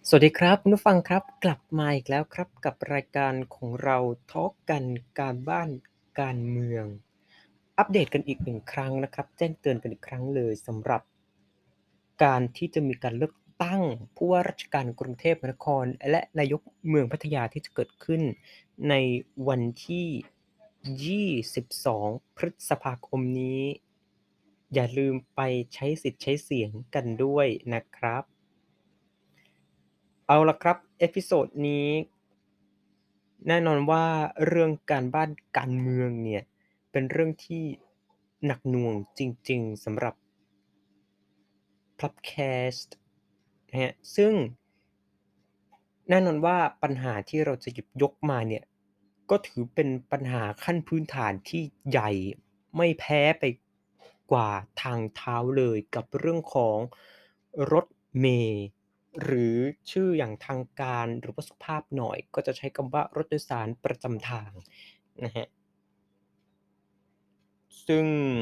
สวัสดีครับคุณผู้ฟังครับกลับมาอีกแล้วครับกับรายการของเราทอล์กกันการบ้านการเมืองอัปเดตกันอีกหนึ่งครั้งนะครับแจ้งเตือนกันอีกครั้งเลยสำหรับการที่จะมีการเลือกตั้งผู้ว่าราชการกรุงเทพมหานครและนายกเมืองพัทยาที่จะเกิดขึ้นในวันที่22พฤษภาคมนี้อย่าลืมไปใช้สิทธิ์ใช้เสียงกันด้วยนะครับ เอาล่ะครับเอพิโซดนี้แน่นอนว่าเรื่องการบ้านการเมืองเนี่ยเป็นเรื่องที่หนักหน่วงจริงๆสำหรับพอดแคสต์นะครับซึ่งแน่นอนว่าปัญหาที่เราจะหยิบยกมาเนี่ยก็ถือเป็นปัญหาขั้นพื้นฐานที่ใหญ่ไม่แพ้ไปกว่าทางเท้าเลยกับเรื่องของรถเมล์หรือชื่ออย่างทางการหรือว่าสุภาพหน่อยก็จะใช้คำว่ารถโดยสารประจำทางนะครับ ซึ่ง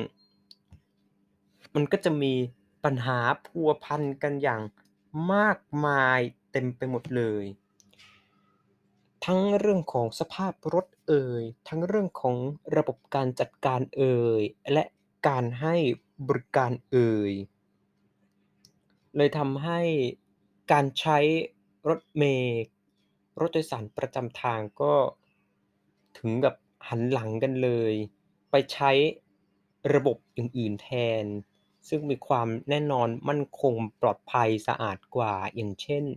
มันก็จะมีปัญหาพัวพันกันอย่างมากมายเต็มไปหมดเลยทั้งเรื่องของสภาพรถเอยทั้งเรื่องของระบบการจัดการเอยและการให้บริการเอยเลยทำให้การใช้รถเมล์รถโดยสารประจำทางก็ถึงกับหันหลังกันเลยไปใช้ระบบอื่นๆแทนซึ่งมีความแน่นอนมั่นคงปลอดภัยสะอาดกว่าอย่างเช่น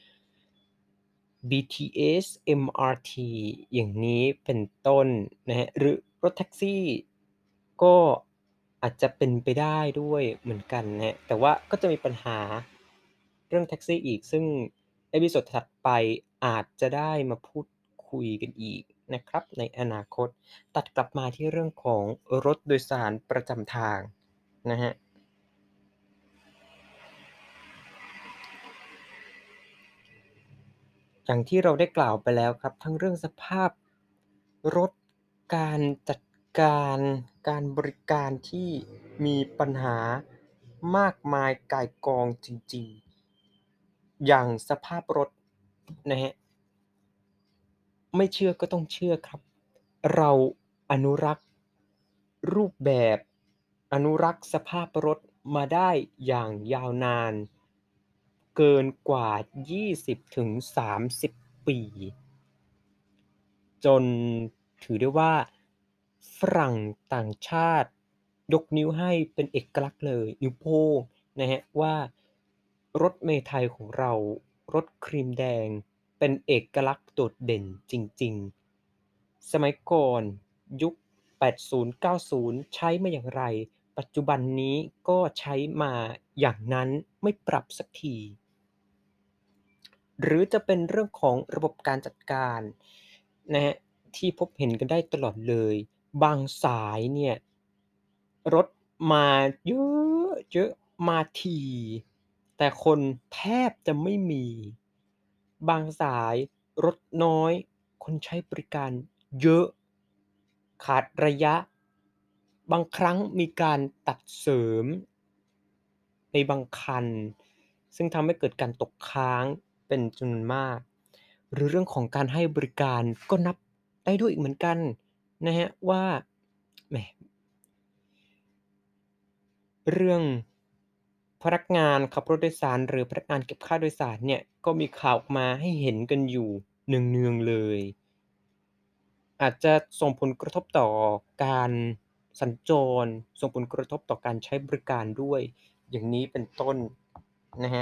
BTS MRT อย่างนี้เป็นต้นนะครับหรือรถแท็กซี่ก็อาจจะเป็นไปได้ด้วยเหมือนกันนะครับแต่ว่าก็จะมีปัญหาเรื่องแท็กซี่อีกซึ่งเอพิโซดถัดไปอาจจะได้มาพูดคุยกันอีกนะครับในอนาคตตัดกลับมาที่เรื่องของรถโดยสารประจำทางนะครับ อย่างที่เราได้กล่าวไปแล้วครับทั้งเรื่องสภาพรถการจัดการการบริการที่มีปัญหามากมายก่ายกองจริงๆอย่างสภาพรถนะครับไม่เชื่อก็ต้องเชื่อครับเราอนุรักษ์รูปแบบอนุรักษ์สภาพรถมาได้อย่างยาวนานเกินกว่า20-30ปี จนถือได้ว่าฝรั่งต่างชาติยกนิ้วให้เป็นเอกลักษณ์เลยนิ้วโป้งนะครับว่ารถเมล์ไทยของเรารถครีมแดงเป็นเอกลักษณ์โดดเด่นจริงๆสมัยก่อนยุค80-90ใช้มาอย่างไรปัจจุบันนี้ก็ใช้มาอย่างนั้นไม่ปรับสักที หรือจะเป็นเรื่องของระบบการจัดการนะครับที่พบเห็นกันได้ตลอดเลยบางสายเนี่ยรถมาเยอะเยอะมาถี่แต่คนแทบจะไม่มีบางสายรถน้อยคนใช้บริการเยอะขาดระยะบางครั้งมีการตัดเสริม ในบางคันซึ่งทำให้เกิดการตกค้างเป็นจำนวนมากหรือเรื่องของการให้บริการก็นับได้ด้วยอีกเหมือนกันนะครับว่าแหมเรื่องพนักงานขับรถโดยสารหรือพนักงานเก็บค่าโดยสารเนี่ยก็มีข่าวออกมาให้เห็นกันอยู่เนืองๆเลยอาจจะส่งผลกระทบต่อการสัญจรส่งผลกระทบต่อการใช้บริการด้วยอย่างนี้เป็นต้นนะครับ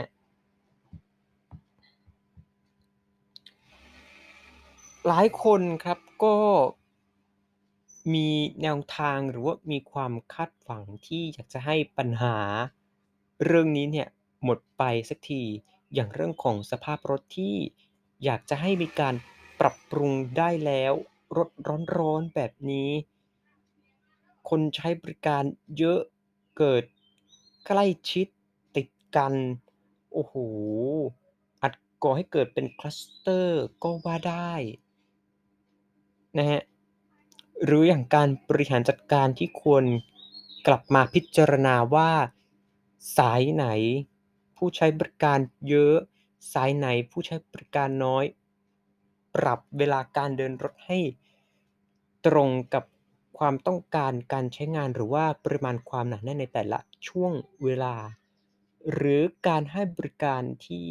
หลายคนครับก็มีแนวทางหรือว่ามีความคาดหวังที่อยากจะให้ปัญหาเรื่องนี้เนี่ยหมดไปสักทีอย่างเรื่องของสภาพรถที่อยากจะให้มีการปรับปรุงได้แล้วรถร้อนๆแบบนี้คนใช้บริการเยอะเกิดใกล้ชิดติดกันโอ้โฮอาจก่อให้เกิดเป็นคลัสเตอร์ก็ว่าได้ นะครับหรืออย่างการบริหารจัดการที่ควรกลับมาพิจารณาว่าสายไหนผู้ใช้บริการเยอะสายไหนผู้ใช้บริการน้อยปรับเวลาการเดินรถให้ตรงกับความต้องการการใช้งานหรือว่าปริมาณความหนาแน่นในแต่ละช่วงเวลาหรือการให้บริการที่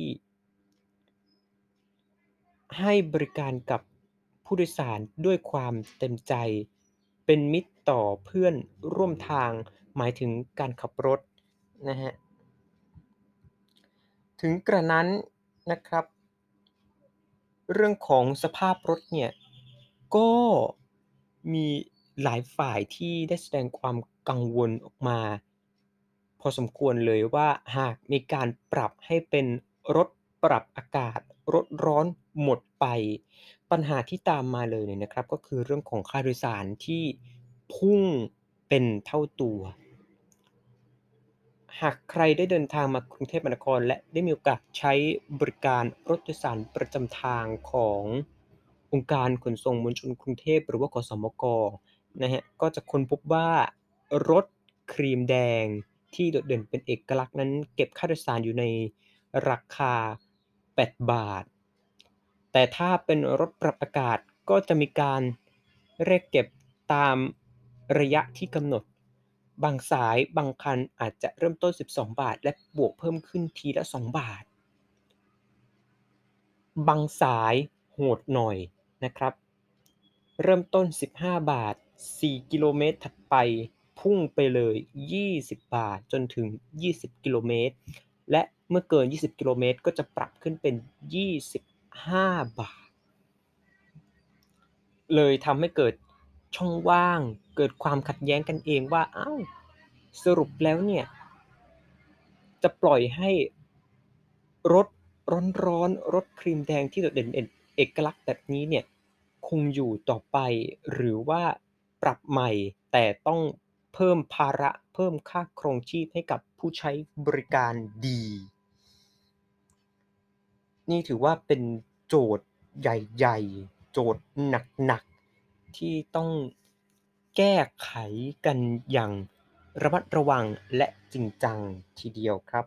ให้บริการกับผู้โดยสารด้วยความเต็มใจเป็นมิตรต่อเพื่อนร่วมทางหมายถึงการขับรถนะครับ ถึงกระนั้นนะครับเรื่องของสภาพรถเนี่ยก็มีหลายฝ่ายที่ได้แสดงความกังวลออกมาพอสมควรเลยว่าหากมีการปรับให้เป็นรถปรับอากาศรถร้อนหมดไปปัญหาที่ตามมาเลยเนี่ยนะครับก็คือเรื่องของค่าโดยสารที่พุ่งเป็นเท่าตัว หากใครได้เดินทางมากรุงเทพมหานครและได้มีโอกาสใช้บริการรถโดยสารประจำทางขององค์การขนส่งมวลชนกรุงเทพหรือว่าขสมกนะครับก็จะค้นพบว่ารถครีมแดงที่โดดเด่นเป็นเอกลักษณ์นั้นเก็บค่าโดยสารอยู่ในราคา8บาทแต่ถ้าเป็นรถปรับอากาศก็จะมีการเรียกเก็บตามระยะที่กำหนด บางสายบางคันอาจจะเริ่มต้น12บาทและบวกเพิ่มขึ้นทีละ2บาทบางสายโหดหน่อยนะครับเริ่มต้น15บาท4กิโลเมตรถัดไปพุ่งไปเลย20บาทจนถึง20กิโลเมตรและเมื่อเกิน20กิโลเมตรก็จะปรับขึ้นเป็น25บาทเลยทำให้เกิดช่องว่างเกิดความขัดแย้งกันเองว่าอ้าวสรุปแล้วเนี่ย จะปล่อยให้รสร้อนๆรสครีมแดงที่โดดเด่นเอกลักษณ์แบบนี้เนี่ยคงอยู่ต่อไปหรือว่าปรับใหม่แต่ต้องเพิ่มภาระเพิ่มค่าครองชีพให้กับผู้ใช้บริการดีนี่ถือว่าเป็นโจทย์ใหญ่ๆโจทย์หนักๆที่ต้องแก้ไขกันอย่างระมัดระวังและจริงจังทีเดียวครับ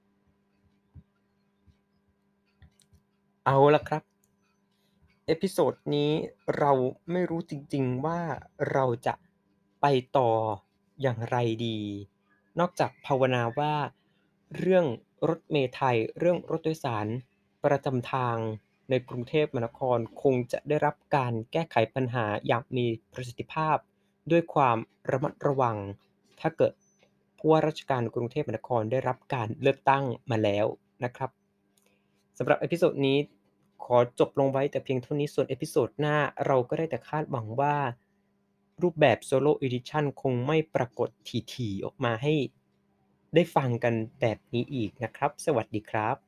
เอาล่ะครับเอพิโซดนี้เราไม่รู้จริงๆว่าเราจะไปต่ออย่างไรดีนอกจากภาวนาว่าเรื่องรถเมล์ไทยเรื่องรถโดยสารประจำทางในกรุงเทพมหานครคงจะได้รับการแก้ไขปัญหาอย่างมีประสิทธิภาพด้วยความระมัดระวังถ้าเกิดผู้ว่าราชการกรุงเทพมหานครได้รับการเลือกตั้งมาแล้วนะครับ สำหรับเอพิโซดนี้ขอจบลงไว้แต่เพียงเท่านี้ส่วนเอพิโซดหน้าเราก็ได้แต่คาดหวังว่ารูปแบบ Solo Edition คงไม่ปรากฏถี่ๆออกมาให้ได้ฟังกันแบบนี้อีกนะครับสวัสดีครับ